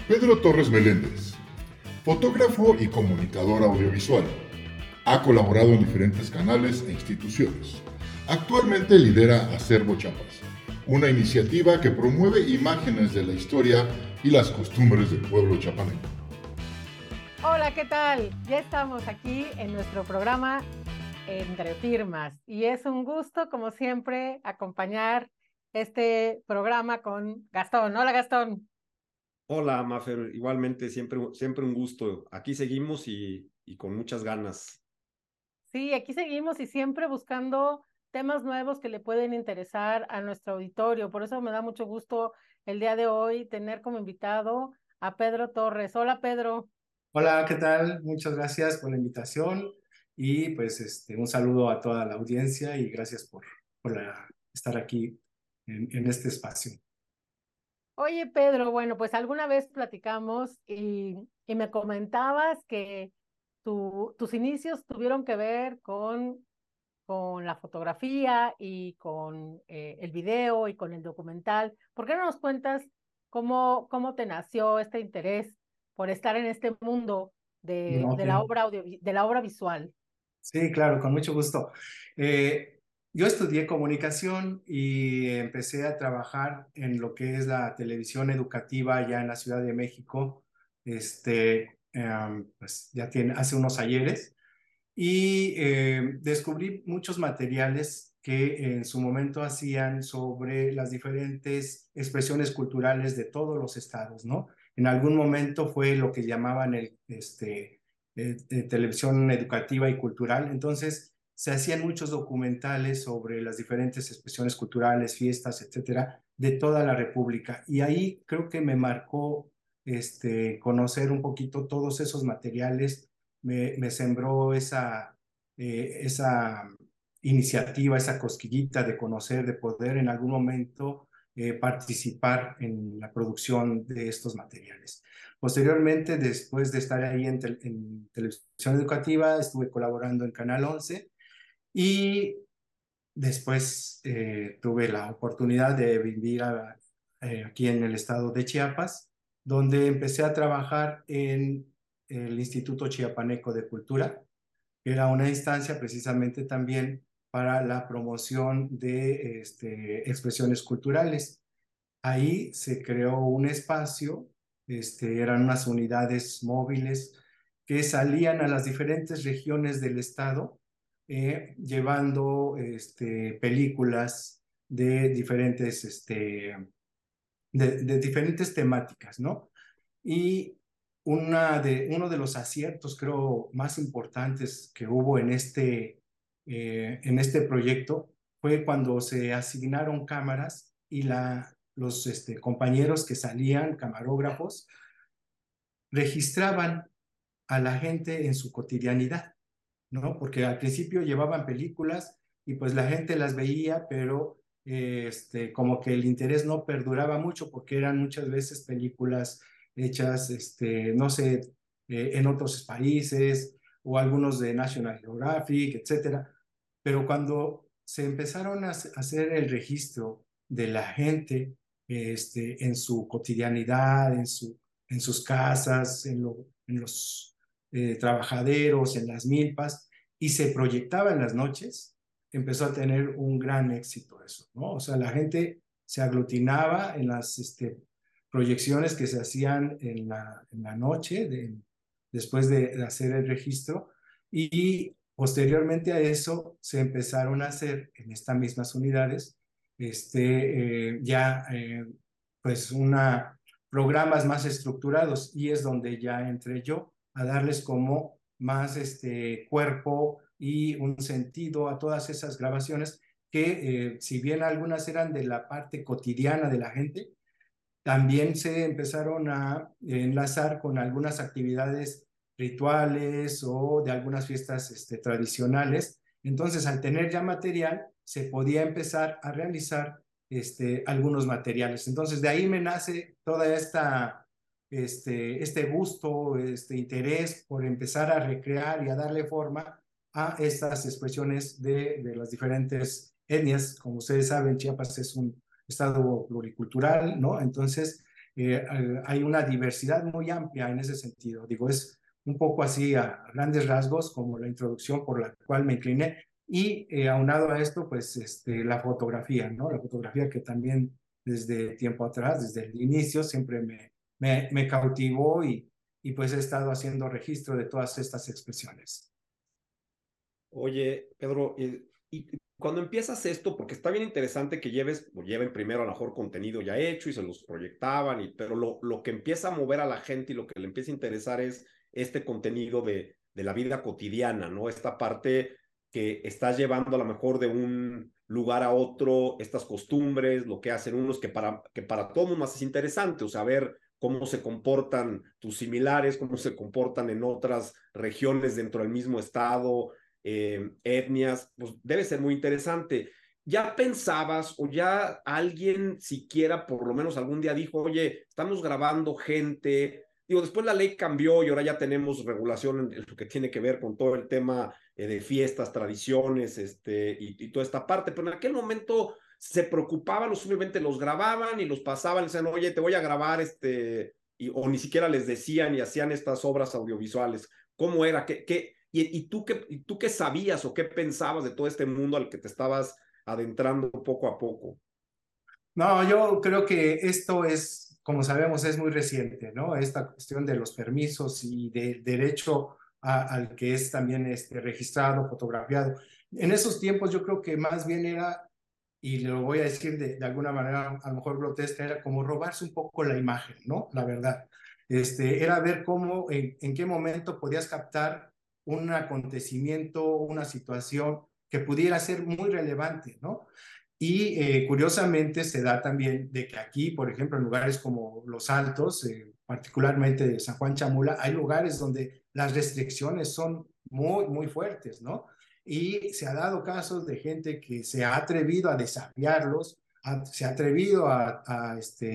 Pedro Torres Meléndez, fotógrafo y comunicador audiovisual. Ha colaborado en diferentes canales e instituciones. Actualmente lidera Acervo Chiapas, una iniciativa que promueve imágenes de la historia y las costumbres del pueblo chiapaneco. Hola, ¿qué tal? Ya estamos aquí en nuestro programa Entre Firmas y es un gusto, como siempre, acompañar este programa con Gastón. Hola, Gastón. Hola, Mafer, igualmente siempre un gusto. Aquí seguimos y con muchas ganas. Sí, aquí seguimos y siempre buscando temas nuevos que le pueden interesar a nuestro auditorio. Por eso me da mucho gusto el día de hoy tener como invitado a Pedro Torres. Hola, Pedro. Hola, ¿qué tal? Muchas gracias por la invitación y pues un saludo a toda la audiencia y gracias por estar aquí en este espacio. Oye, Pedro, bueno, pues alguna vez platicamos y me comentabas que tus inicios tuvieron que ver con la fotografía y con el video y con el documental. ¿Por qué no nos cuentas cómo te nació este interés por estar en este mundo Ok. de la obra visual? Sí, claro, con mucho gusto. Yo estudié comunicación y empecé a trabajar en lo que es la televisión educativa allá en la Ciudad de México. Pues ya hace unos ayeres. Y descubrí muchos materiales que en su momento hacían sobre las diferentes expresiones culturales de todos los estados, ¿no? En algún momento fue lo que llamaban televisión educativa y cultural. Entonces se hacían muchos documentales sobre las diferentes expresiones culturales, fiestas, etcétera, de toda la República. Y ahí creo que me marcó conocer un poquito todos esos materiales. Me sembró esa iniciativa, esa cosquillita de conocer, de poder en algún momento participar en la producción de estos materiales. Posteriormente, después de estar ahí en televisión educativa, estuve colaborando en Canal 11 y después tuve la oportunidad de vivir aquí en el estado de Chiapas, donde empecé a trabajar en el Instituto Chiapaneco de Cultura, que era una instancia precisamente también para la promoción de expresiones culturales. Ahí se creó un espacio, eran unas unidades móviles que salían a las diferentes regiones del estado, llevando películas de diferentes, de diferentes temáticas, ¿no? Y uno de los aciertos, creo, más importantes que hubo en este proyecto fue cuando se asignaron cámaras y los compañeros que salían, camarógrafos, registraban a la gente en su cotidianidad, ¿no? Porque al principio llevaban películas y pues la gente las veía, pero como que el interés no perduraba mucho porque eran muchas veces películas hechas, no sé, en otros países o algunos de National Geographic, etcétera. Pero cuando se empezaron a hacer el registro de la gente en su cotidianidad, en sus casas, en los trabajaderos, en las milpas, y se proyectaba en las noches, empezó a tener un gran éxito eso, ¿no? O sea, la gente se aglutinaba en las proyecciones que se hacían en la noche, después de hacer el registro, y posteriormente a eso se empezaron a hacer en estas mismas unidades, ya pues programas más estructurados, y es donde ya entré yo a darles como más cuerpo y un sentido a todas esas grabaciones que si bien algunas eran de la parte cotidiana de la gente, también se empezaron a enlazar con algunas actividades rituales o de algunas fiestas tradicionales. Entonces, al tener ya material, se podía empezar a realizar algunos materiales. Entonces, de ahí me nace toda este gusto, este interés por empezar a recrear y a darle forma a estas expresiones de las diferentes etnias. Como ustedes saben, Chiapas es un estado pluricultural, ¿no? Entonces, hay una diversidad muy amplia en ese sentido. Digo, es un poco así a grandes rasgos como la introducción por la cual me incliné. Y aunado a esto, pues la fotografía, ¿no? La fotografía que también desde tiempo atrás, desde el inicio, siempre me cautivó y pues he estado haciendo registro de todas estas expresiones. Oye, Pedro, y cuando empiezas esto, porque está bien interesante que lleven primero a lo mejor contenido ya hecho y se los proyectaban, pero lo que empieza a mover a la gente y lo que le empieza a interesar es este contenido de la vida cotidiana, ¿no? Esta parte que estás llevando a lo mejor de un lugar a otro, estas costumbres, lo que hacen unos que para todos más es interesante, o sea, ver cómo se comportan tus similares, cómo se comportan en otras regiones dentro del mismo estado, etnias, pues debe ser muy interesante. ¿Ya pensabas o ya alguien siquiera por lo menos algún día dijo, oye, estamos grabando gente? Digo, después la ley cambió y ahora ya tenemos regulación en lo que tiene que ver con todo el tema de fiestas, tradiciones, y toda esta parte, pero en aquel momento se preocupaban o simplemente los grababan y los pasaban, y decían, oye, te voy a grabar, o ni siquiera les decían y hacían estas obras audiovisuales. ¿Cómo era? ¿Y tú qué sabías o qué pensabas de todo este mundo al que te estabas adentrando poco a poco? No, yo creo que esto es, como sabemos, es muy reciente, ¿no? Esta cuestión de los permisos y del derecho al que es también registrado, fotografiado. En esos tiempos yo creo que más bien era, y lo voy a decir de alguna manera a lo mejor grotesca, era como robarse un poco la imagen, ¿no? La verdad. Era ver cómo, en qué momento podías captar un acontecimiento, una situación que pudiera ser muy relevante, ¿no? Y curiosamente se da también de que aquí, por ejemplo, en lugares como Los Altos, particularmente de San Juan Chamula, hay lugares donde las restricciones son muy, muy fuertes, ¿no? Y se ha dado casos de gente que se ha atrevido a desafiarlos, se ha atrevido a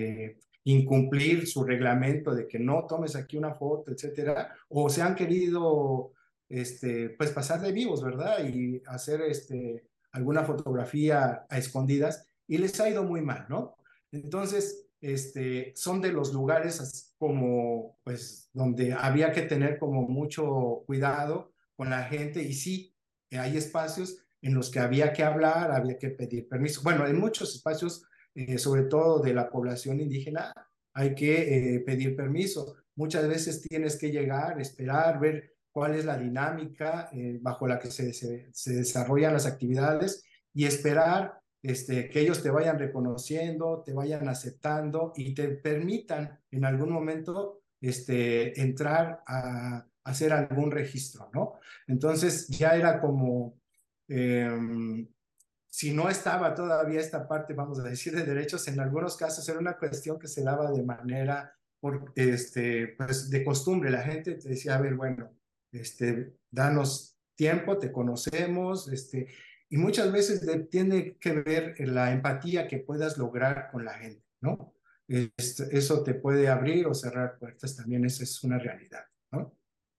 incumplir su reglamento de que no tomes aquí una foto, etcétera, o se han querido pues pasar de vivos, ¿verdad? Y hacer alguna fotografía a escondidas y les ha ido muy mal, ¿no? Entonces, son de los lugares como, pues, donde había que tener como mucho cuidado con la gente y sí, hay espacios en los que había que hablar, había que pedir permiso. Bueno, en muchos espacios, sobre todo de la población indígena, hay que pedir permiso. Muchas veces tienes que llegar, esperar, ver cuál es la dinámica bajo la que se desarrollan las actividades y esperar que ellos te vayan reconociendo, te vayan aceptando y te permitan en algún momento entrar a hacer algún registro, ¿no? Entonces ya era como, si no estaba todavía esta parte, vamos a decir, de derechos, en algunos casos era una cuestión que se daba de manera, pues de costumbre. La gente te decía, a ver, bueno, danos tiempo, te conocemos, y muchas veces tiene que ver la empatía que puedas lograr con la gente, ¿no? Eso te puede abrir o cerrar puertas también, esa es una realidad, ¿no?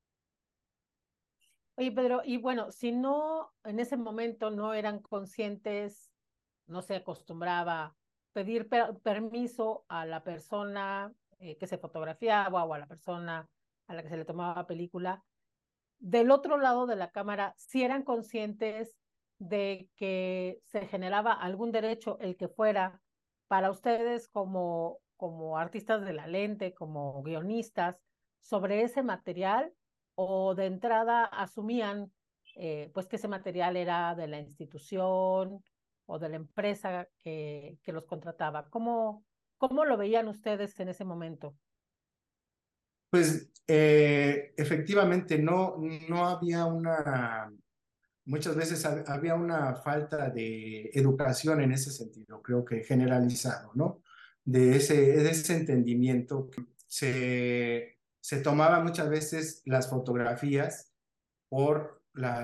Oye, Pedro, y bueno, si no, en ese momento no eran conscientes, no se acostumbraba pedir permiso a la persona que se fotografiaba o a la persona a la que se le tomaba película. Del otro lado de la cámara, si eran conscientes de que se generaba algún derecho, el que fuera, para ustedes como artistas de la lente, como guionistas, sobre ese material, o de entrada asumían pues que ese material era de la institución o de la empresa que los contrataba. ¿Cómo lo veían ustedes en ese momento? Pues efectivamente no había muchas veces había una falta de educación en ese sentido, creo que generalizado, ¿no? De ese entendimiento. Se tomaba muchas veces las fotografías por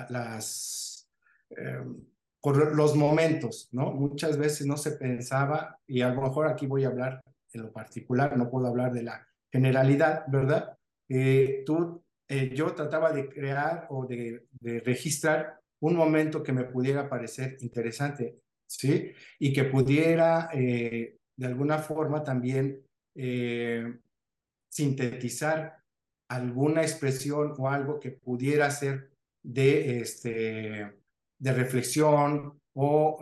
eh, por los momentos, ¿no? Muchas veces no se pensaba, y a lo mejor aquí voy a hablar en lo particular, no puedo hablar de la generalidad, ¿verdad? Yo trataba de crear o de registrar un momento que me pudiera parecer interesante, ¿sí? Y que pudiera de alguna forma también sintetizar alguna expresión o algo que pudiera ser de reflexión o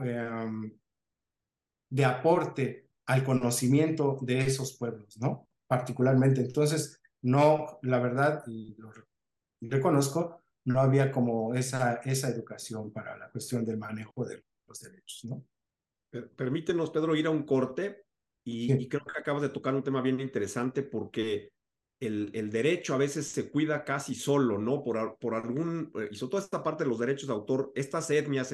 de aporte al conocimiento de esos pueblos, ¿no? Particularmente. Entonces, no, la verdad, y lo reconozco, no había como esa educación para la cuestión del manejo de los derechos, ¿no? Permítenos, Pedro, ir a un corte y Sí. creo que acabas de tocar un tema bien interesante porque el derecho a veces se cuida casi solo, ¿no? Por algún, y sobre todo esta parte de los derechos de autor, estas etnias,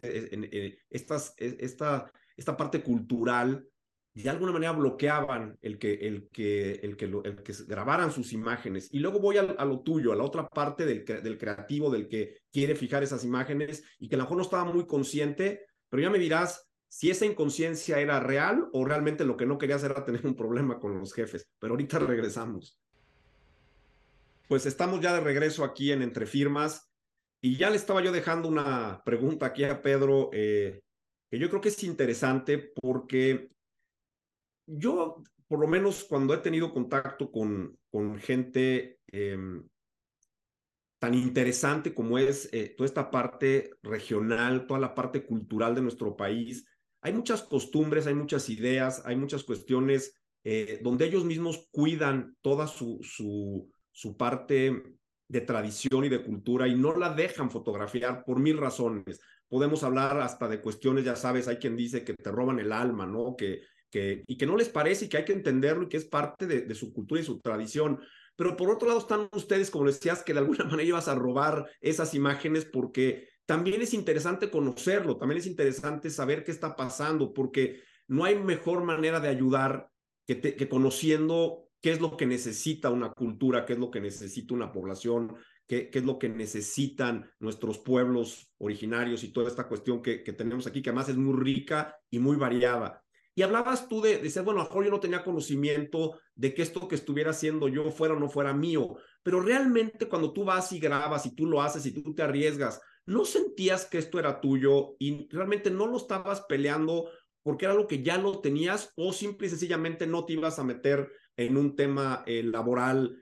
esta parte cultural, de alguna manera bloqueaban el que grabaran sus imágenes. Y luego voy a lo tuyo, a la otra parte del creativo, del que quiere fijar esas imágenes y que a lo mejor no estaba muy consciente, pero ya me dirás si esa inconsciencia era real o realmente lo que no querías era tener un problema con los jefes. Pero ahorita regresamos. Pues estamos ya de regreso aquí en Entre Firmas y ya le estaba yo dejando una pregunta aquí a Pedro que yo creo que es interesante porque yo, por lo menos cuando he tenido contacto con gente tan interesante como es toda esta parte regional, toda la parte cultural de nuestro país, hay muchas costumbres, hay muchas ideas, hay muchas cuestiones donde ellos mismos cuidan toda su parte de tradición y de cultura y no la dejan fotografiar por mil razones. Podemos hablar hasta de cuestiones, ya sabes, hay quien dice que te roban el alma, ¿no? Y que no les parece y que hay que entenderlo y que es parte de su cultura y su tradición. Pero por otro lado están ustedes, como decías, que de alguna manera ibas a robar esas imágenes porque también es interesante conocerlo, también es interesante saber qué está pasando, porque no hay mejor manera de ayudar que conociendo qué es lo que necesita una cultura, qué es lo que necesita una población, qué es lo que necesitan nuestros pueblos originarios y toda esta cuestión que tenemos aquí, que además es muy rica y muy variada. Y hablabas tú de decir, bueno, a lo mejor yo no tenía conocimiento de que esto que estuviera haciendo yo fuera o no fuera mío, pero realmente cuando tú vas y grabas y tú lo haces y tú te arriesgas, ¿no sentías que esto era tuyo y realmente no lo estabas peleando porque era algo que ya lo tenías o simple y sencillamente no te ibas a meter en un tema laboral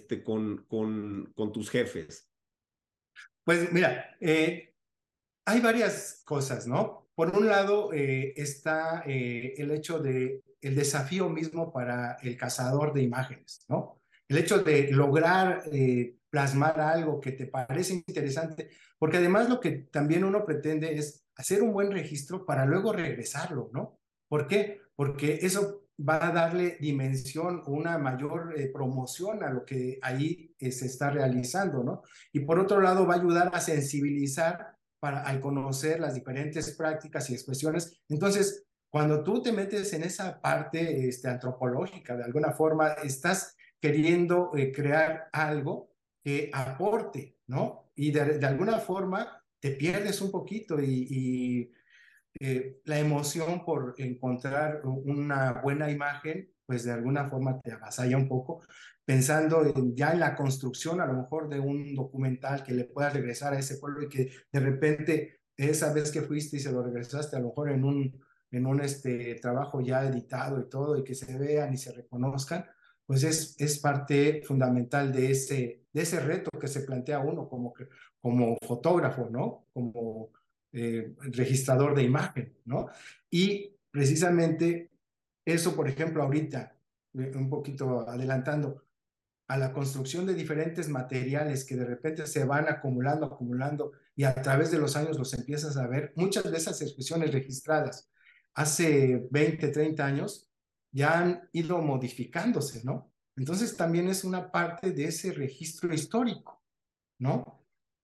con tus jefes? Pues mira, hay varias cosas, ¿no? Por un lado está el hecho de el desafío mismo para el cazador de imágenes, ¿no? El hecho de lograr plasmar algo que te parece interesante, porque además lo que también uno pretende es hacer un buen registro para luego regresarlo, ¿no? ¿Por qué? Porque eso va a darle dimensión, una mayor promoción a lo que ahí se está realizando, ¿no? Y por otro lado va a ayudar a sensibilizar al conocer las diferentes prácticas y expresiones. Entonces, cuando tú te metes en esa parte antropológica, de alguna forma, estás queriendo crear algo que aporte, ¿no? Y de alguna forma te pierdes un poquito y la emoción por encontrar una buena imagen, pues de alguna forma te avasalla un poco, pensando ya en la construcción a lo mejor de un documental que le puedas regresar a ese pueblo y que de repente esa vez que fuiste y se lo regresaste a lo mejor en un trabajo ya editado y todo y que se vean y se reconozcan, pues es parte fundamental de ese reto que se plantea uno como fotógrafo, ¿no? Como registrador de imagen, ¿no? Y precisamente eso, por ejemplo, ahorita, un poquito adelantando, a la construcción de diferentes materiales que de repente se van acumulando, y a través de los años los empiezas a ver, muchas de esas expresiones registradas hace 20, 30 años ya han ido modificándose, ¿no? Entonces también es una parte de ese registro histórico, ¿no?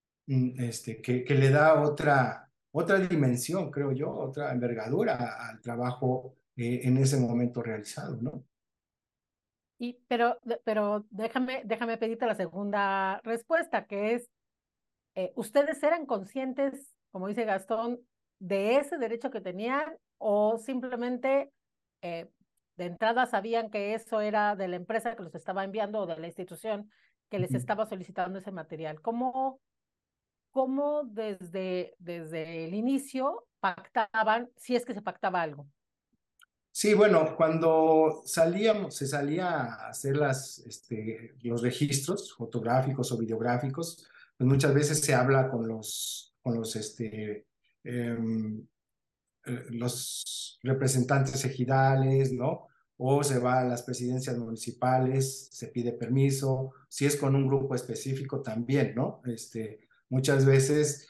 Que le da otra dimensión, creo yo, otra envergadura al trabajo en ese momento realizado, ¿no? Pero déjame pedirte la segunda respuesta, que es, ¿ustedes eran conscientes, como dice Gastón, de ese derecho que tenían o simplemente eh, de entrada sabían que eso era de la empresa que los estaba enviando o de la institución que les estaba solicitando ese material? ¿Cómo desde el inicio pactaban, si es que se pactaba algo? Sí, bueno, cuando se salía a hacer los registros fotográficos o videográficos, pues muchas veces se habla em, los representantes ejidales, ¿no? O se va a las presidencias municipales, se pide permiso, si es con un grupo específico también, ¿no? Muchas veces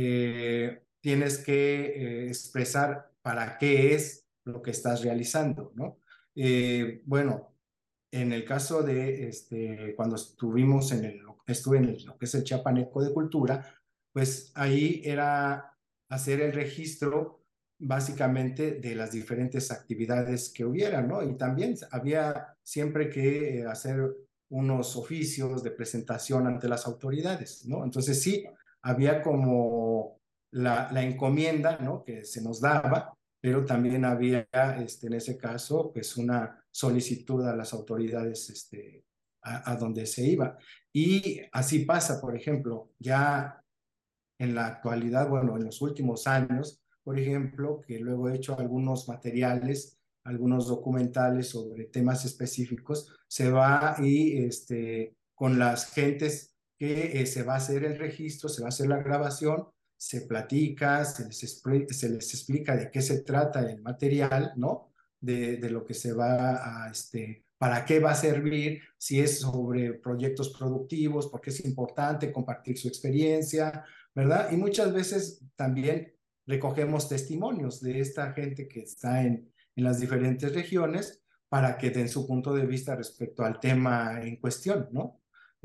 tienes que expresar para qué es lo que estás realizando, ¿no? Bueno, en el caso de cuando estuve en lo que es el Chiapaneco de Cultura, pues ahí era hacer el registro básicamente de las diferentes actividades que hubiera, ¿no? Y también había siempre que hacer unos oficios de presentación ante las autoridades, ¿no? Entonces sí, había como la encomienda, ¿no? Que se nos daba, pero también había, en ese caso, pues una solicitud a las autoridades, a donde se iba. Y así pasa, por ejemplo, ya en la actualidad, bueno, en los últimos años, por ejemplo, que luego he hecho algunos materiales, algunos documentales sobre temas específicos, se va y con las gentes que se va a hacer el registro, se va a hacer la grabación, se platica, se les explica de qué se trata el material, ¿no? De lo que se va a, para qué va a servir, si es sobre proyectos productivos, porque es importante compartir su experiencia, ¿verdad? Y muchas veces también recogemos testimonios de esta gente que está en las diferentes regiones para que den su punto de vista respecto al tema en cuestión, ¿no?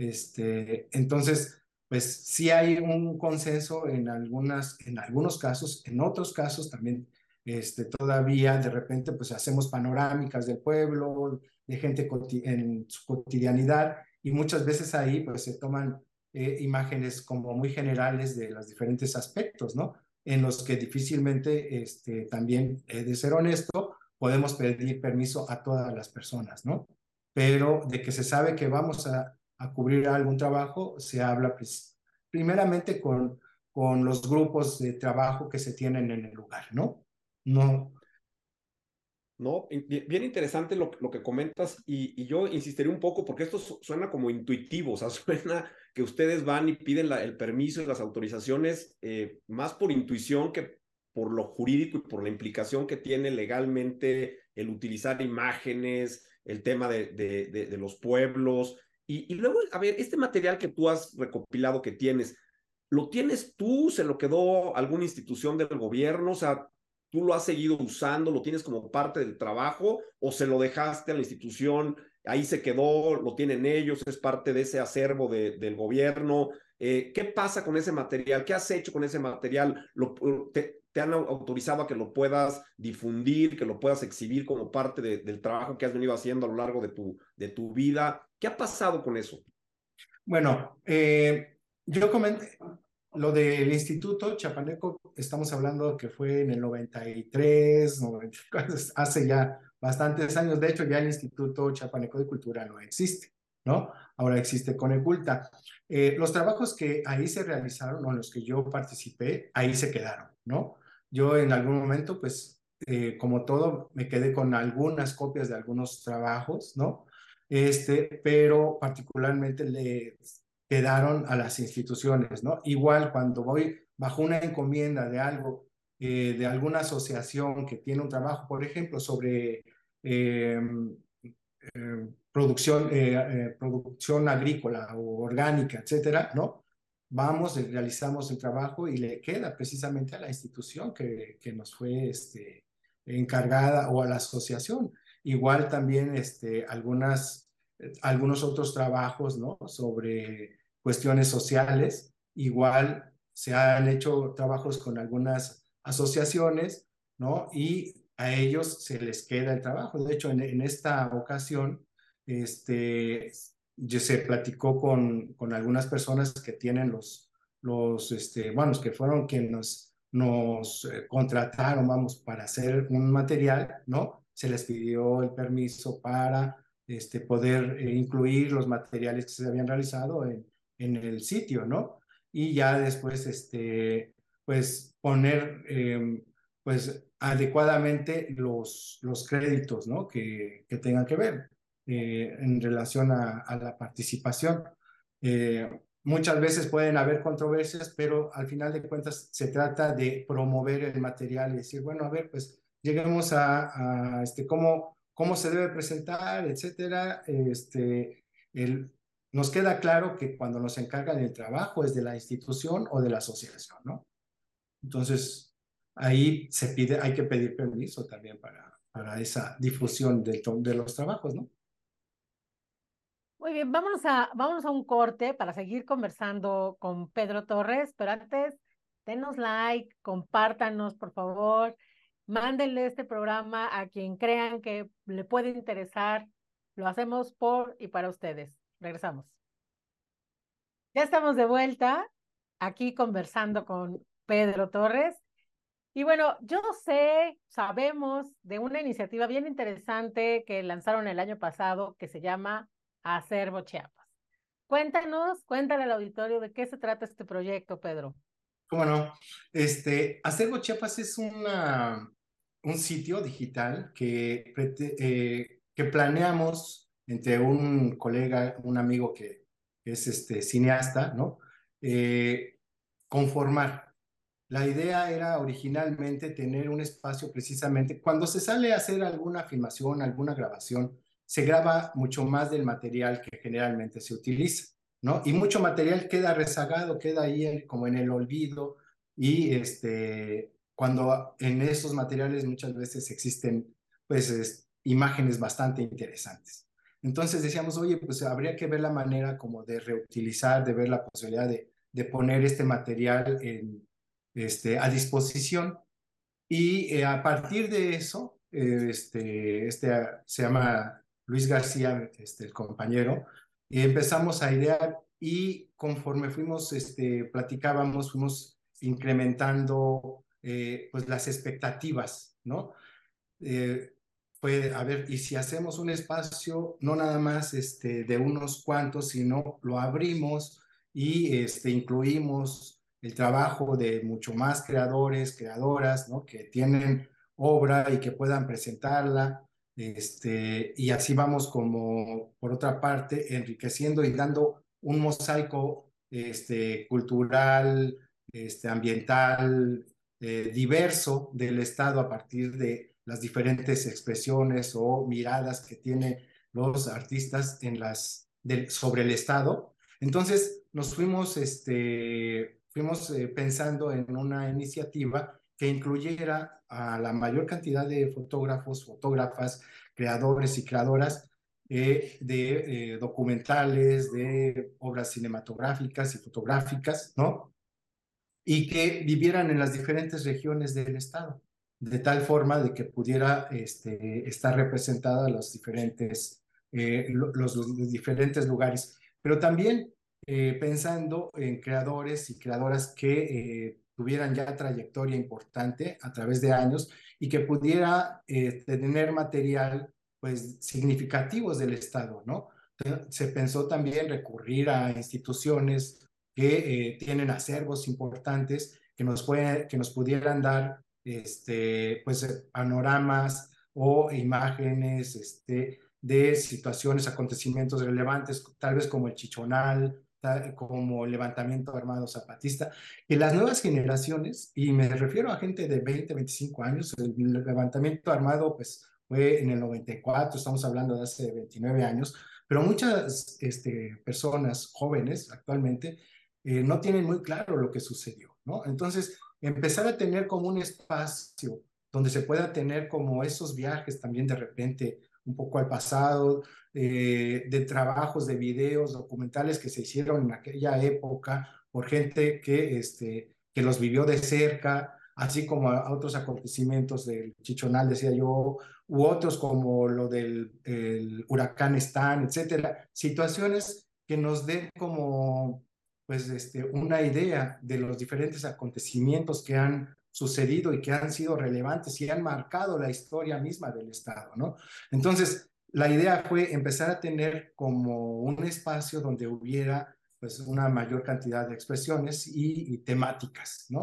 Entonces, pues sí hay un consenso en algunos casos, en otros casos también, todavía de repente pues hacemos panorámicas del pueblo, de gente en su cotidianidad, y muchas veces ahí pues se toman imágenes como muy generales de los diferentes aspectos, ¿no? En los que difícilmente, también he de ser honesto, podemos pedir permiso a todas las personas, ¿no? Pero de que se sabe que vamos a cubrir algún trabajo, se habla pues, primeramente con los grupos de trabajo que se tienen en el lugar, ¿no? No, No, bien interesante lo que comentas y yo insistiría un poco porque esto suena como intuitivo, o sea, suena que ustedes van y piden el permiso y las autorizaciones más por intuición que por lo jurídico y por la implicación que tiene legalmente el utilizar imágenes, el tema de los pueblos. Y luego, a ver, este material que tú has recopilado que tienes, ¿lo tienes tú? ¿Se lo quedó alguna institución del gobierno? O sea, ¿tú lo has seguido usando, lo tienes como parte del trabajo o se lo dejaste a la institución, ahí se quedó, lo tienen ellos, es parte de ese acervo del gobierno? ¿Qué pasa con ese material? ¿Qué has hecho con ese material? ¿Te han autorizado a que lo puedas difundir, que lo puedas exhibir como parte del trabajo que has venido haciendo a lo largo de tu vida? ¿Qué ha pasado con eso? bueno, yo comenté lo del Instituto Chapaneco, estamos hablando que fue en el 93, 94, hace ya bastantes años. De hecho, ya el Instituto Chapaneco de Cultura no existe, ¿no? Ahora existe Coneculta. Los trabajos que ahí se realizaron, o en los que yo participé, ahí se quedaron, ¿no? Yo en algún momento, pues, como todo, me quedé con algunas copias de algunos trabajos, ¿no? Pero particularmente le quedaron a las instituciones, ¿no? Igual cuando voy bajo una encomienda de algo, de alguna asociación que tiene un trabajo, por ejemplo, sobre producción agrícola o orgánica, etcétera, ¿no? Vamos, realizamos el trabajo y le queda precisamente a la institución que nos fue encargada, o a la asociación. Igual también algunos otros trabajos, ¿no? Sobre cuestiones sociales. Igual se han hecho trabajos con algunas asociaciones, ¿no? Y a ellos se les queda el trabajo. De hecho, en esta ocasión, ya se platicó con algunas personas que tienen bueno, que fueron quienes nos contrataron, vamos, para hacer un material, ¿no? Se les pidió el permiso para poder incluir los materiales que se habían realizado en el sitio, ¿no? Y ya después, pues poner, pues adecuadamente los créditos, ¿no? Que tengan que ver en relación a la participación. Muchas veces pueden haber controversias, pero al final de cuentas se trata de promover el material y decir, bueno, a ver, pues lleguemos a cómo se debe presentar, etcétera. Nos queda claro que cuando nos encargan el trabajo es de la institución o de la asociación, ¿no? Entonces, ahí hay que pedir permiso también para esa difusión de los trabajos, ¿no? Muy bien, vámonos a un corte para seguir conversando con Pedro Torres, pero antes, denos like, compártanos, por favor, mándenle este programa a quien crean que le puede interesar. Lo hacemos por y para ustedes. Regresamos. Ya estamos de vuelta aquí conversando con Pedro Torres. Y bueno, sabemos de una iniciativa bien interesante que lanzaron el año pasado que se llama Acervo Chiapas. Cuéntale al auditorio de qué se trata este proyecto, Pedro. ¿Cómo no? Acervo Chiapas es un sitio digital que planeamos entre un colega, un amigo que es cineasta, ¿no? Conformar. La idea era originalmente tener un espacio precisamente, cuando se sale a hacer alguna filmación, alguna grabación, se graba mucho más del material que generalmente se utiliza, ¿no? Y mucho material queda rezagado, queda ahí como en el olvido y cuando en esos materiales muchas veces existen pues imágenes bastante interesantes. Entonces decíamos, oye, pues habría que ver la manera como de reutilizar, de ver la posibilidad de poner este material a disposición. Y a partir de eso, se llama Luis García, el compañero, y empezamos a idear y conforme platicábamos, fuimos incrementando pues las expectativas, ¿no? A ver, y si hacemos un espacio, no nada más de unos cuantos, sino lo abrimos y incluimos el trabajo de mucho más creadores, creadoras, ¿no? Que tienen obra y que puedan presentarla, y así vamos como, por otra parte, enriqueciendo y dando un mosaico cultural, ambiental, diverso del Estado a partir de las diferentes expresiones o miradas que tienen los artistas sobre el Estado. Entonces nos fuimos pensando en una iniciativa que incluyera a la mayor cantidad de fotógrafos, fotógrafas, creadores y creadoras de documentales, de obras cinematográficas y fotográficas, ¿no? Y que vivieran en las diferentes regiones del estado, de tal forma de que pudiera estar representada los diferentes lugares. Pero también pensando en creadores y creadoras que tuvieran ya trayectoria importante a través de años y que pudiera tener material pues significativos del estado, ¿no? Se pensó también recurrir a instituciones que tienen acervos importantes que nos pudieran dar pues, panoramas o imágenes de situaciones, acontecimientos relevantes, tal vez como el Chichonal, como el levantamiento armado zapatista, que las nuevas generaciones, y me refiero a gente de 20, 25 años, el levantamiento armado pues fue en el 94, estamos hablando de hace 29 años, pero muchas personas jóvenes actualmente no tienen muy claro lo que sucedió, ¿no? Entonces, empezar a tener como un espacio donde se pueda tener como esos viajes también de repente un poco al pasado, de trabajos, de videos, documentales que se hicieron en aquella época por gente que los vivió de cerca, así como a otros acontecimientos del Chichonal, decía yo, u otros como lo del el huracán Stan, etcétera, situaciones que nos den como pues una idea de los diferentes acontecimientos que han sucedido y que han sido relevantes y han marcado la historia misma del Estado, ¿no? Entonces, la idea fue empezar a tener como un espacio donde hubiera pues una mayor cantidad de expresiones y temáticas, ¿no?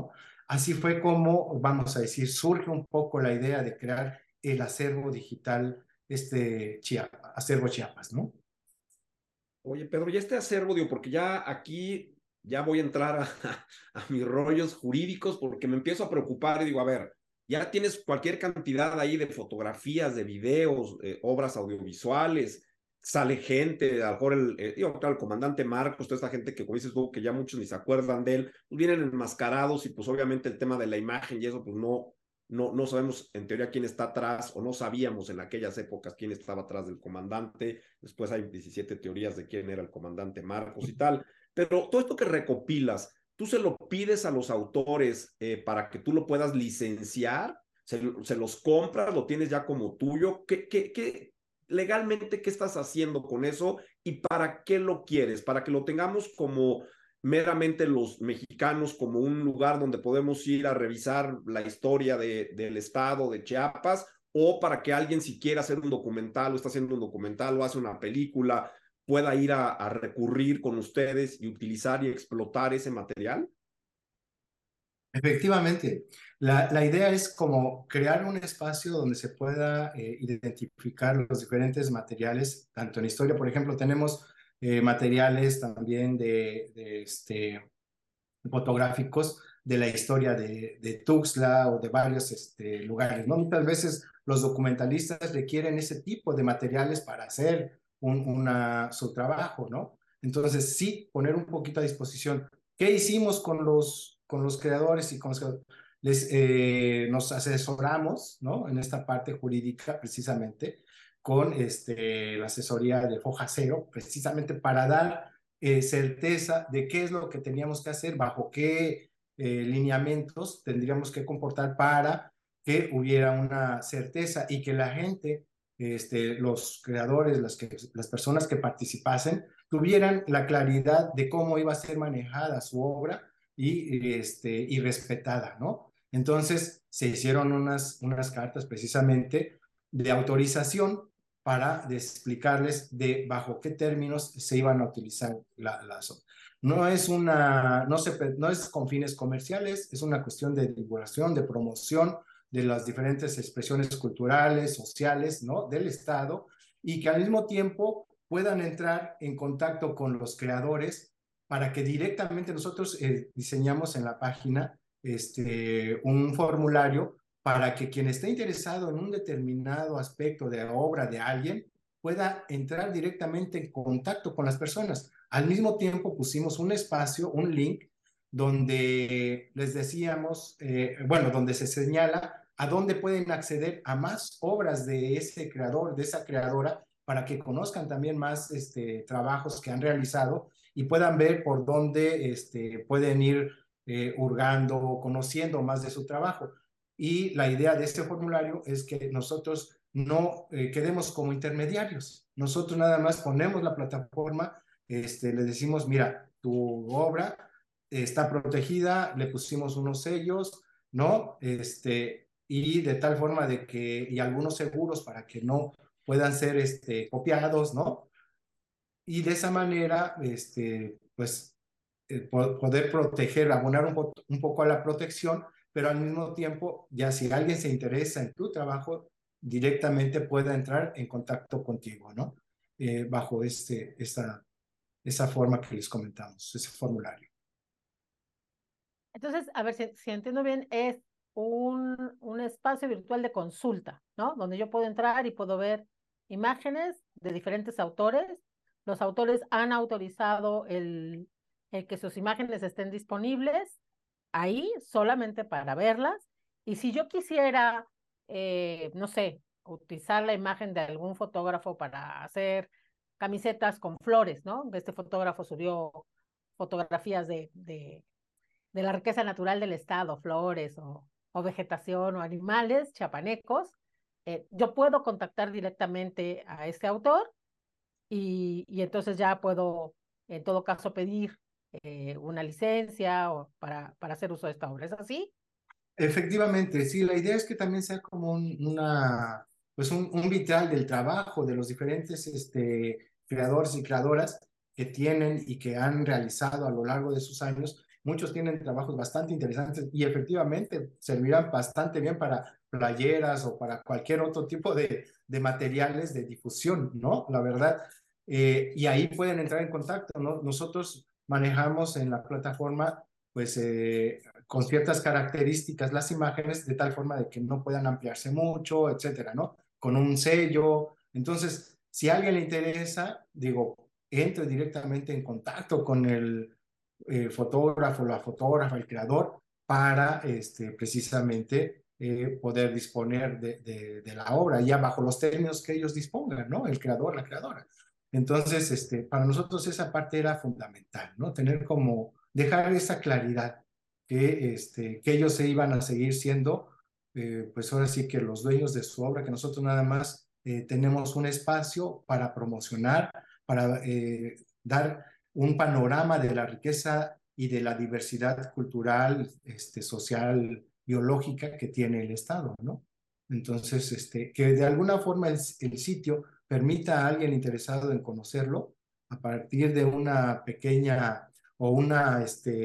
Así fue como, vamos a decir, surge un poco la idea de crear el acervo digital, acervo Chiapas, ¿no? Oye, Pedro, y este acervo, digo, porque ya aquí ya voy a entrar a mis rollos jurídicos porque me empiezo a preocupar y digo, a ver, ya tienes cualquier cantidad ahí de fotografías, de videos, obras audiovisuales, sale gente, a lo mejor digo, claro, el comandante Marcos, toda esta gente que, como dices tú, que ya muchos ni se acuerdan de él, pues vienen enmascarados y pues obviamente el tema de la imagen y eso, pues no sabemos en teoría quién está atrás o no sabíamos en aquellas épocas quién estaba atrás del comandante. Después hay 17 teorías de quién era el comandante Marcos y tal. Pero todo esto que recopilas, tú se lo pides a los autores para que tú lo puedas licenciar, se los compras, lo tienes ya como tuyo. Legalmente, ¿qué estás haciendo con eso y para qué lo quieres? Para que lo tengamos como meramente los mexicanos como un lugar donde podemos ir a revisar la historia del estado de Chiapas, o para que alguien si quiere hacer un documental o está haciendo un documental o hace una película pueda ir a recurrir con ustedes y utilizar y explotar ese material. Efectivamente, la idea es como crear un espacio donde se pueda identificar los diferentes materiales, tanto en historia, por ejemplo, tenemos materiales también fotográficos de la historia de Tuxtla o de varios lugares, ¿no? Muchas veces los documentalistas requieren ese tipo de materiales para hacer su trabajo, ¿no? Entonces, sí, poner un poquito a disposición. ¿Qué hicimos con los creadores y con nos asesoramos, ¿no? En esta parte jurídica, precisamente, con la asesoría de Foja Cero, precisamente para dar certeza de qué es lo que teníamos que hacer, bajo qué lineamientos tendríamos que comportar para que hubiera una certeza y que la gente, los creadores, las personas que participasen, tuvieran la claridad de cómo iba a ser manejada su obra y respetada, ¿no? Entonces se hicieron unas cartas precisamente de autorización para explicarles de bajo qué términos se iban a utilizar las obras. No es con fines comerciales, es una cuestión de divulgación, de promoción de las diferentes expresiones culturales, sociales, ¿no? Del Estado, y que al mismo tiempo puedan entrar en contacto con los creadores para que directamente nosotros diseñamos en la página un formulario para que quien esté interesado en un determinado aspecto de la obra de alguien pueda entrar directamente en contacto con las personas. Al mismo tiempo pusimos un espacio, un link, donde les decíamos, donde se señala a dónde pueden acceder a más obras de ese creador, de esa creadora, para que conozcan también más trabajos que han realizado y puedan ver por dónde pueden ir hurgando, conociendo más de su trabajo. Y la idea de este formulario es que nosotros no quedemos como intermediarios. Nosotros nada más ponemos la plataforma, le decimos, mira, tu obra está protegida, le pusimos unos sellos, ¿no? Y de tal forma de que, y algunos seguros para que no puedan ser copiados, ¿no? Y de esa manera, pues, poder proteger, abonar un poco a la protección, pero al mismo tiempo, ya si alguien se interesa en tu trabajo, directamente pueda entrar en contacto contigo, ¿no? Bajo esa forma que les comentamos, ese formulario. Entonces, a ver si entiendo bien, es un espacio virtual de consulta, ¿no? Donde yo puedo entrar y puedo ver imágenes de diferentes autores. Los autores han autorizado el que sus imágenes estén disponibles ahí solamente para verlas. Y si yo quisiera, no sé, utilizar la imagen de algún fotógrafo para hacer camisetas con flores, ¿no? Este fotógrafo subió fotografías de la riqueza natural del estado, flores o vegetación o animales chapanecos. Yo puedo contactar directamente a este autor y entonces ya puedo, en todo caso, pedir una licencia o para hacer uso de esta obra. ¿Es así? Efectivamente, sí, la idea es que también sea como pues un vitral del trabajo de los diferentes creadores y creadoras que tienen y que han realizado a lo largo de sus años muchos tienen trabajos bastante interesantes y efectivamente servirán bastante bien para playeras o para cualquier otro tipo de materiales de difusión, ¿no? La verdad. Y ahí pueden entrar en contacto, ¿no? Nosotros manejamos en la plataforma, pues, con ciertas características las imágenes de tal forma de que no puedan ampliarse mucho, etcétera, ¿no? Con un sello. Entonces, si a alguien le interesa, digo, entre directamente en contacto con el fotógrafo, la fotógrafa, el creador, para precisamente poder disponer de la obra, ya bajo los términos que ellos dispongan, ¿no? El creador, la creadora. Entonces, para nosotros esa parte era fundamental, ¿no? Tener como, dejar esa claridad que ellos se iban a seguir siendo, pues ahora sí que los dueños de su obra, que nosotros nada más tenemos un espacio para promocionar, para dar un panorama de la riqueza y de la diversidad cultural, social, biológica que tiene el Estado, ¿no? Entonces, que de alguna forma el sitio permita a alguien interesado en conocerlo a partir de una pequeña o una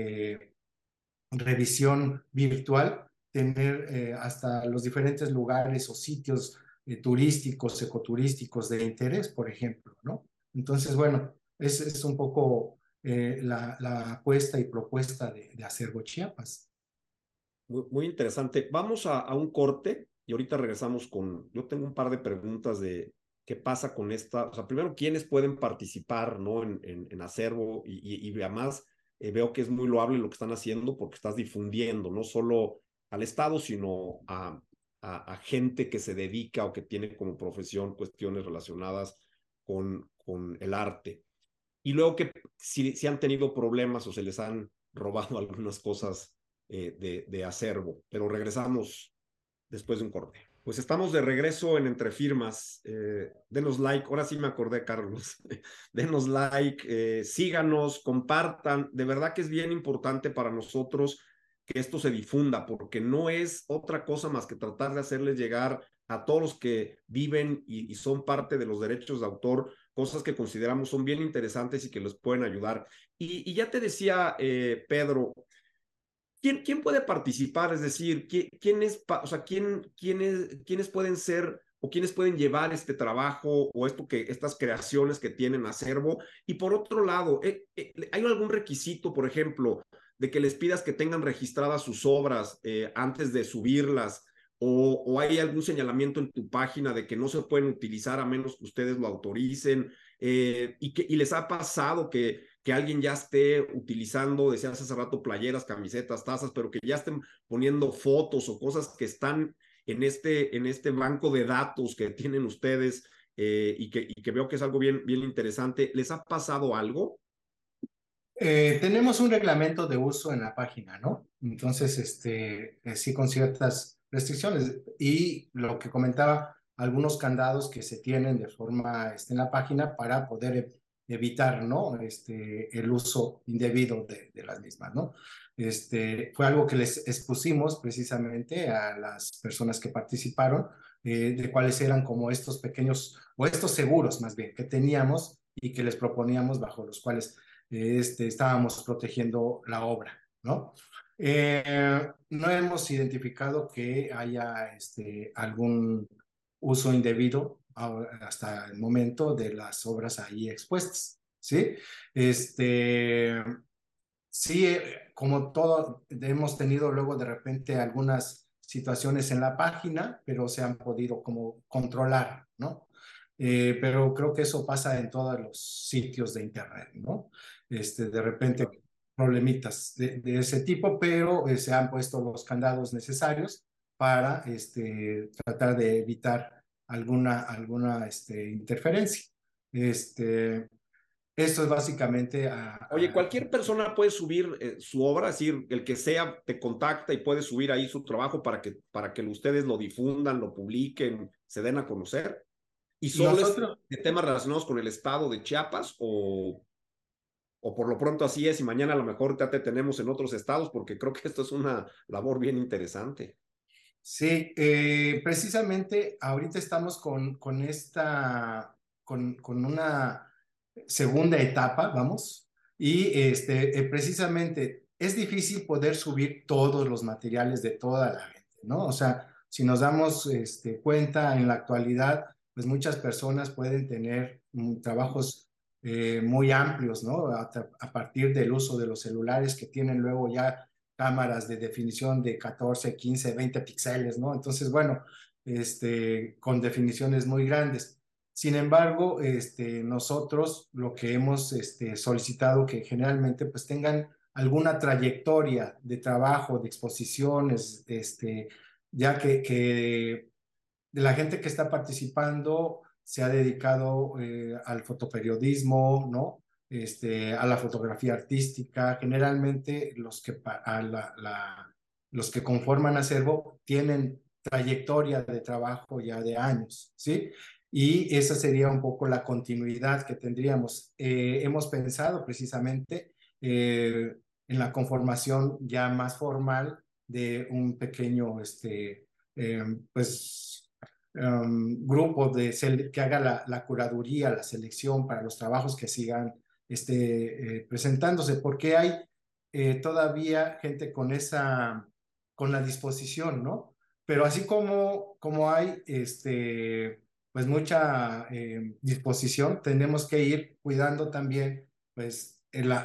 revisión virtual, tener hasta los diferentes lugares o sitios turísticos, ecoturísticos de interés, por ejemplo, ¿no? Entonces, bueno, es un poco la apuesta y propuesta de Acervo Chiapas. Muy interesante. Vamos a un corte y ahorita regresamos con, yo tengo un par de preguntas de qué pasa con esta, o sea, primero, quiénes pueden participar, ¿no? En Acervo y además veo que es muy loable lo que están haciendo porque estás difundiendo no solo al Estado, sino a gente que se dedica o que tiene como profesión cuestiones relacionadas con el arte. Y luego que si han tenido problemas o se les han robado algunas cosas de Acervo. Pero regresamos después de un corte. Pues estamos de regreso en Entre Firmas. Denos like. Ahora sí me acordé, Carlos. Denos like, síganos, compartan. De verdad que es bien importante para nosotros que esto se difunda, porque no es otra cosa más que tratar de hacerles llegar a todos los que viven y son parte de los derechos de autor, cosas que consideramos son bien interesantes y que les pueden ayudar. Y ya te decía, Pedro, ¿quién puede participar? Es decir, o sea, quiénes pueden ser o quiénes pueden llevar este trabajo o estas creaciones que tienen Acervo? Y por otro lado, ¿hay algún requisito, por ejemplo, de que les pidas que tengan registradas sus obras antes de subirlas? ¿O hay algún señalamiento en tu página de que no se pueden utilizar a menos que ustedes lo autoricen? Y les ha pasado que alguien ya esté utilizando, decías hace rato, playeras, camisetas, tazas, pero que ya estén poniendo fotos o cosas que están en este banco de datos que tienen ustedes y que veo que es algo bien interesante? ¿Les ha pasado algo? Tenemos un reglamento de uso en la página, ¿no? Entonces, sí, con ciertas restricciones. Y lo que comentaba, algunos candados que se tienen de forma en la página para poder evitar, ¿no? El uso indebido de las mismas, ¿no? Fue algo que les expusimos precisamente a las personas que participaron, de cuáles eran como estos pequeños, o estos seguros más bien, que teníamos y que les proponíamos bajo los cuales estábamos protegiendo la obra, ¿no? No hemos identificado que haya algún uso indebido hasta el momento de las obras ahí expuestas, ¿sí? Sí, como todo, hemos tenido luego de repente algunas situaciones en la página, pero se han podido como controlar, ¿no? Pero creo que eso pasa en todos los sitios de internet, ¿no? De repente problemitas de ese tipo, pero se han puesto los candados necesarios para tratar de evitar alguna interferencia. Esto es básicamente Oye, cualquier persona puede subir su obra, es decir, el que sea te contacta y puede subir ahí su trabajo para que ustedes lo difundan, lo publiquen, se den a conocer. ¿Y solo nosotros. es de temas relacionados con el estado de Chiapas o por lo pronto así es y mañana a lo mejor ya te tenemos en otros estados? Porque creo que esto es una labor bien interesante. Sí, precisamente ahorita estamos con una segunda etapa, vamos, y precisamente es difícil poder subir todos los materiales de toda la gente, ¿no? O sea, si nos damos cuenta en la actualidad, pues muchas personas pueden tener trabajos muy amplios, ¿no? A partir del uso de los celulares que tienen luego ya cámaras de definición de 14, 15, 20 píxeles, ¿no? Entonces, bueno, con definiciones muy grandes. Sin embargo, nosotros lo que hemos solicitado que generalmente pues tengan alguna trayectoria de trabajo, de exposiciones, ya que de la gente que está participando se ha dedicado al fotoperiodismo, ¿no? A la fotografía artística. Generalmente los que conforman Acervo tienen trayectoria de trabajo ya de años, ¿sí? Y esa sería un poco la continuidad que tendríamos. Hemos pensado precisamente en la conformación ya más formal de un pequeño, pues, grupo que haga la curaduría, la selección para los trabajos que sigan presentándose, porque hay todavía gente con la disposición, ¿no? Pero así como hay pues mucha disposición, tenemos que ir cuidando también pues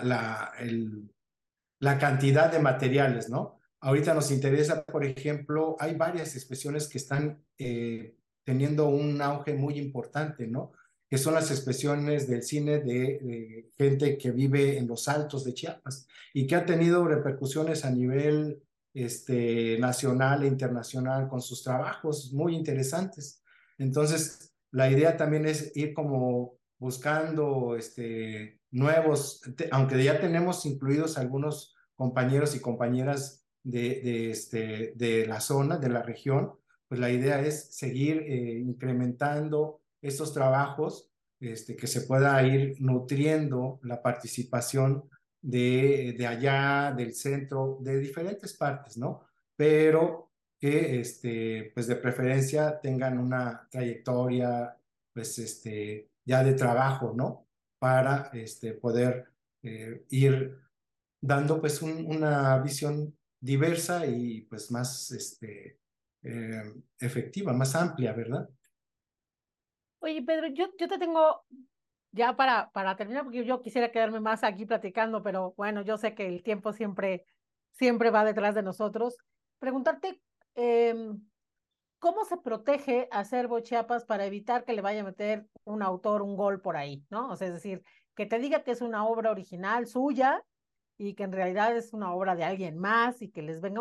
la cantidad de materiales, ¿no? Ahorita nos interesa, por ejemplo, hay varias expresiones que están teniendo un auge muy importante, ¿no? Que son las expresiones del cine de gente que vive en los altos de Chiapas y que ha tenido repercusiones a nivel nacional e internacional con sus trabajos muy interesantes. Entonces, la idea también es ir como buscando nuevos, aunque ya tenemos incluidos algunos compañeros y compañeras de la zona, de la región, pues la idea es seguir incrementando estos trabajos, que se pueda ir nutriendo la participación de allá, del centro, de diferentes partes, ¿no? Pero que pues de preferencia tengan una trayectoria pues ya de trabajo, ¿no? Para poder ir dando pues una visión diversa y pues más efectiva, más amplia, ¿verdad? Oye, Pedro, yo te tengo ya para terminar, porque yo quisiera quedarme más aquí platicando, pero bueno, yo sé que el tiempo siempre va detrás de nosotros. Preguntarte, ¿cómo se protege Acervo Chiapas para evitar que le vaya a meter un autor un gol por ahí, ¿no? O sea, es decir, que te diga que es una obra original suya y que en realidad es una obra de alguien más y que les venga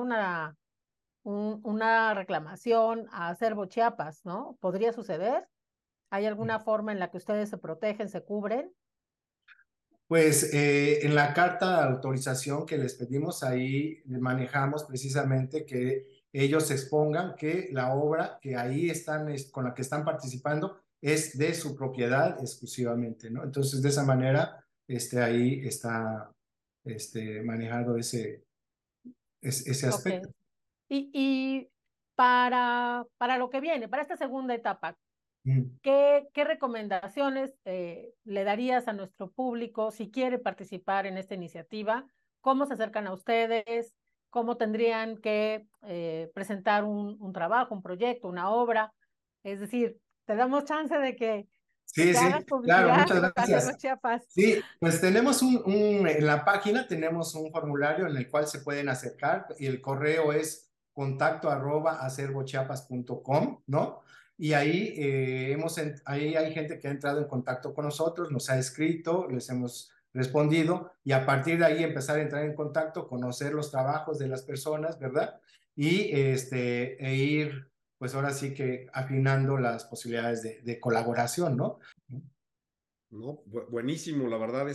una reclamación a Acervo Chiapas, ¿no? ¿Podría suceder? ¿Hay alguna forma en la que ustedes se protegen, se cubren? Pues en la carta de autorización que les pedimos ahí manejamos precisamente que ellos expongan que la obra que ahí están, con la que están participando es de su propiedad exclusivamente, ¿no? Entonces de esa manera ahí está manejado ese Ok. aspecto. Y para lo que viene, para esta segunda etapa, Mm. ¿qué recomendaciones le darías a nuestro público si quiere participar en esta iniciativa? ¿Cómo se acercan a ustedes? ¿Cómo tendrían que presentar un trabajo, un proyecto, una obra? Es decir, te damos chance de Sí, que sí, hagas claro, publicidad muchas para Acervo gracias. Chiapas. Sí, pues tenemos en la página tenemos un formulario en el cual se pueden acercar y el correo es contacto@acervochiapas.com, ¿no? Y ahí, ahí hay gente que ha entrado en contacto con nosotros, nos ha escrito, les hemos respondido y a partir de ahí empezar a entrar en contacto, conocer los trabajos de las personas, ¿verdad? Y ir, pues ahora sí que afinando las posibilidades de colaboración, ¿no? No, buenísimo, la verdad,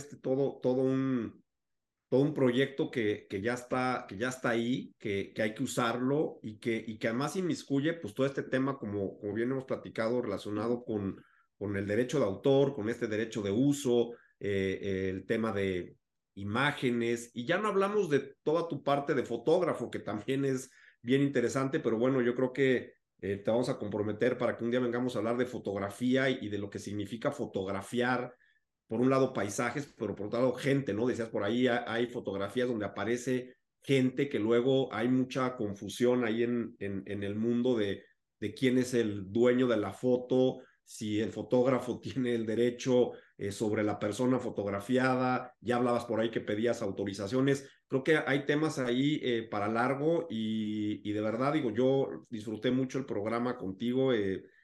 todo un proyecto que ya está ahí, que hay que usarlo y que además inmiscuye pues todo este tema, como bien hemos platicado, relacionado con el derecho de autor, con este derecho de uso, el tema de imágenes, y ya no hablamos de toda tu parte de fotógrafo, que también es bien interesante, pero bueno, yo creo que te vamos a comprometer para que un día vengamos a hablar de fotografía y de lo que significa fotografiar por un lado paisajes, pero por otro lado gente, ¿no? Decías por ahí, hay fotografías donde aparece gente que luego hay mucha confusión ahí en el mundo de quién es el dueño de la foto, si el fotógrafo tiene el derecho sobre la persona fotografiada. Ya hablabas por ahí que pedías autorizaciones. Creo que hay temas ahí para largo y de verdad, digo, yo disfruté mucho el programa contigo.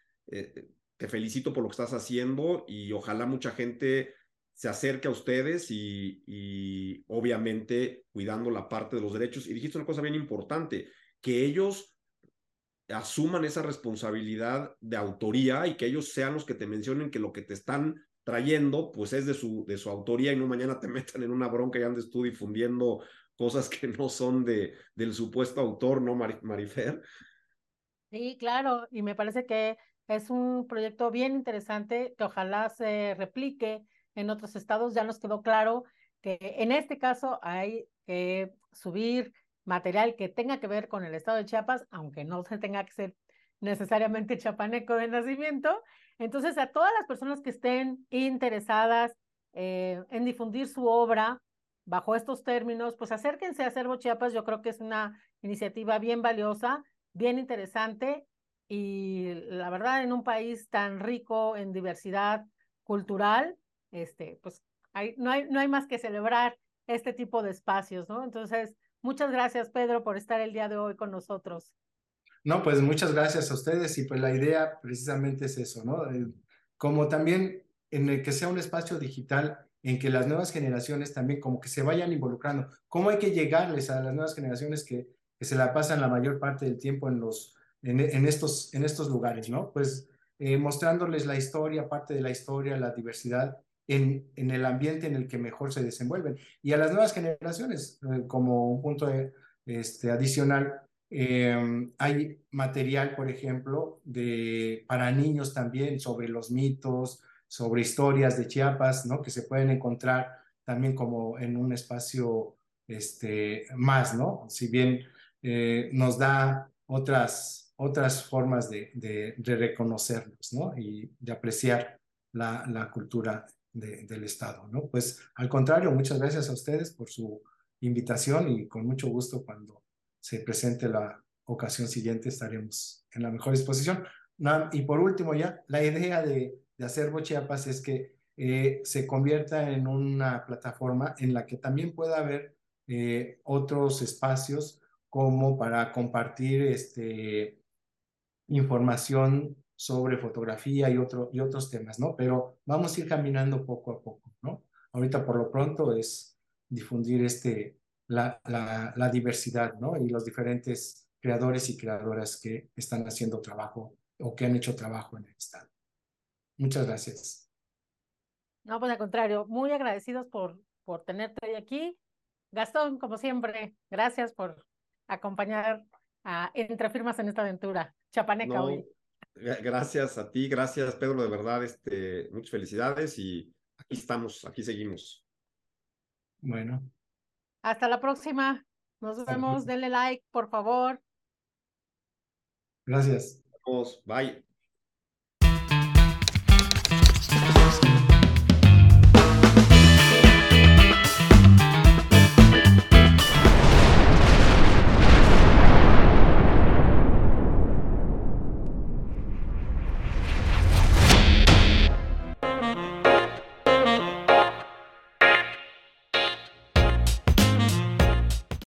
Te felicito por lo que estás haciendo y ojalá mucha gente se acerque a ustedes y obviamente cuidando la parte de los derechos. Y dijiste una cosa bien importante, que ellos asuman esa responsabilidad de autoría y que ellos sean los que te mencionen que lo que te están trayendo pues es de su autoría y no mañana te metan en una bronca y andes tú difundiendo cosas que no son del supuesto autor, ¿no, Marifer? Sí, claro, y me parece que es un proyecto bien interesante que ojalá se replique en otros estados. Ya nos quedó claro que en este caso hay que subir material que tenga que ver con el estado de Chiapas, aunque no se tenga que ser necesariamente chapaneco de nacimiento. Entonces, a todas las personas que estén interesadas en difundir su obra bajo estos términos, pues acérquense a Acervo Chiapas. Yo creo que es una iniciativa bien valiosa, bien interesante, y la verdad en un país tan rico en diversidad cultural, pues no hay más que celebrar este tipo de espacios, ¿no? Entonces, muchas gracias, Pedro, por estar el día de hoy con nosotros. No, pues muchas gracias a ustedes y pues la idea precisamente es eso, ¿no? Como también en el que sea un espacio digital en que las nuevas generaciones también como que se vayan involucrando. ¿Cómo hay que llegarles a las nuevas generaciones que se la pasan la mayor parte del tiempo en estos lugares, ¿no? Pues mostrándoles la historia, parte de la historia, la diversidad en el ambiente en el que mejor se desenvuelven. Y a las nuevas generaciones, como un punto adicional, hay material, por ejemplo, para niños también sobre los mitos, sobre historias de Chiapas, ¿no? Que se pueden encontrar también como en un espacio más, ¿no? Si bien nos da otras formas de reconocerlos, ¿no? Y de apreciar la cultura del Estado, ¿no? Pues al contrario, muchas gracias a ustedes por su invitación y con mucho gusto cuando se presente la ocasión siguiente estaremos en la mejor disposición. Y por último ya, la idea de Acervo Chiapas es que se convierta en una plataforma en la que también pueda haber otros espacios como para compartir información sobre fotografía y otros temas, ¿no? Pero vamos a ir caminando poco a poco, ¿no? Ahorita por lo pronto es difundir la diversidad, ¿no? Y los diferentes creadores y creadoras que están haciendo trabajo o que han hecho trabajo en el Estado. Muchas gracias. No, pues al contrario, muy agradecidos por tenerte hoy aquí. Gastón, como siempre, gracias por acompañar a Entre Firmas en esta aventura chapaneca No, hoy. gracias a ti, gracias Pedro, de verdad, muchas felicidades y aquí estamos, aquí seguimos. Bueno. Hasta la próxima. Nos vemos. Denle like, por favor. Gracias. Vamos, bye.